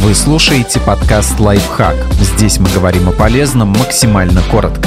Вы слушаете подкаст «Лайфхак». Здесь мы говорим о полезном максимально коротко.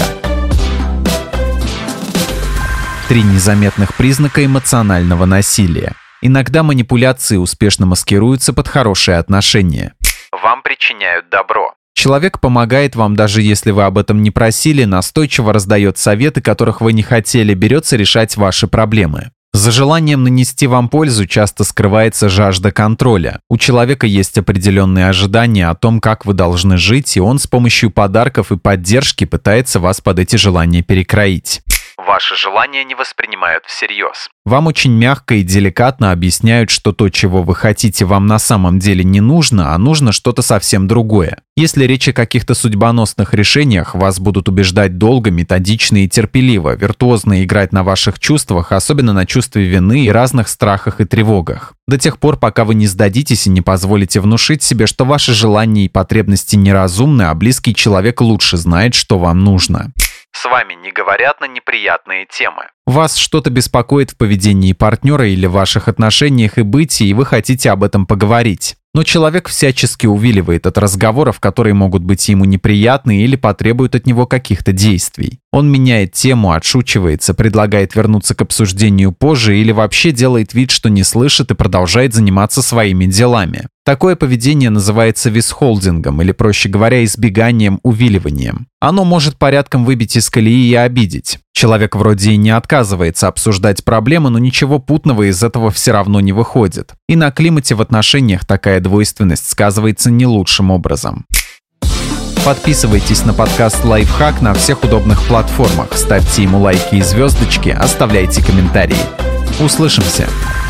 3 незаметных признака эмоционального насилия. Иногда манипуляции успешно маскируются под хорошие отношения. Вам причиняют добро. Человек помогает вам, даже если вы об этом не просили, настойчиво раздает советы, которых вы не хотели, берется решать ваши проблемы. За желанием нанести вам пользу часто скрывается жажда контроля. У человека есть определенные ожидания о том, как вы должны жить, и он с помощью подарков и поддержки пытается вас под эти желания перекроить. Ваши желания не воспринимают всерьез. Вам очень мягко и деликатно объясняют, что то, чего вы хотите, вам на самом деле не нужно, а нужно что-то совсем другое. Если речь о каких-то судьбоносных решениях, вас будут убеждать долго, методично и терпеливо, виртуозно играть на ваших чувствах, особенно на чувстве вины и разных страхах и тревогах. До тех пор, пока вы не сдадитесь и не позволите внушить себе, что ваши желания и потребности неразумны, а близкий человек лучше знает, что вам нужно. С вами не говорят на неприятные темы. Вас что-то беспокоит в поведении партнера или в ваших отношениях и бытии, и вы хотите об этом поговорить. Но человек всячески увиливает от разговоров, которые могут быть ему неприятны или потребуют от него каких-то действий. Он меняет тему, отшучивается, предлагает вернуться к обсуждению позже или вообще делает вид, что не слышит и продолжает заниматься своими делами. Такое поведение называется висхолдингом или, проще говоря, избеганием, увиливанием. Оно может порядком выбить из колеи и обидеть. Человек вроде и не отказывается обсуждать проблемы, но ничего путного из этого все равно не выходит. И на климате в отношениях такая двойственность сказывается не лучшим образом. Подписывайтесь на подкаст «Лайфхак» на всех удобных платформах, ставьте ему лайки и звездочки, оставляйте комментарии. Услышимся!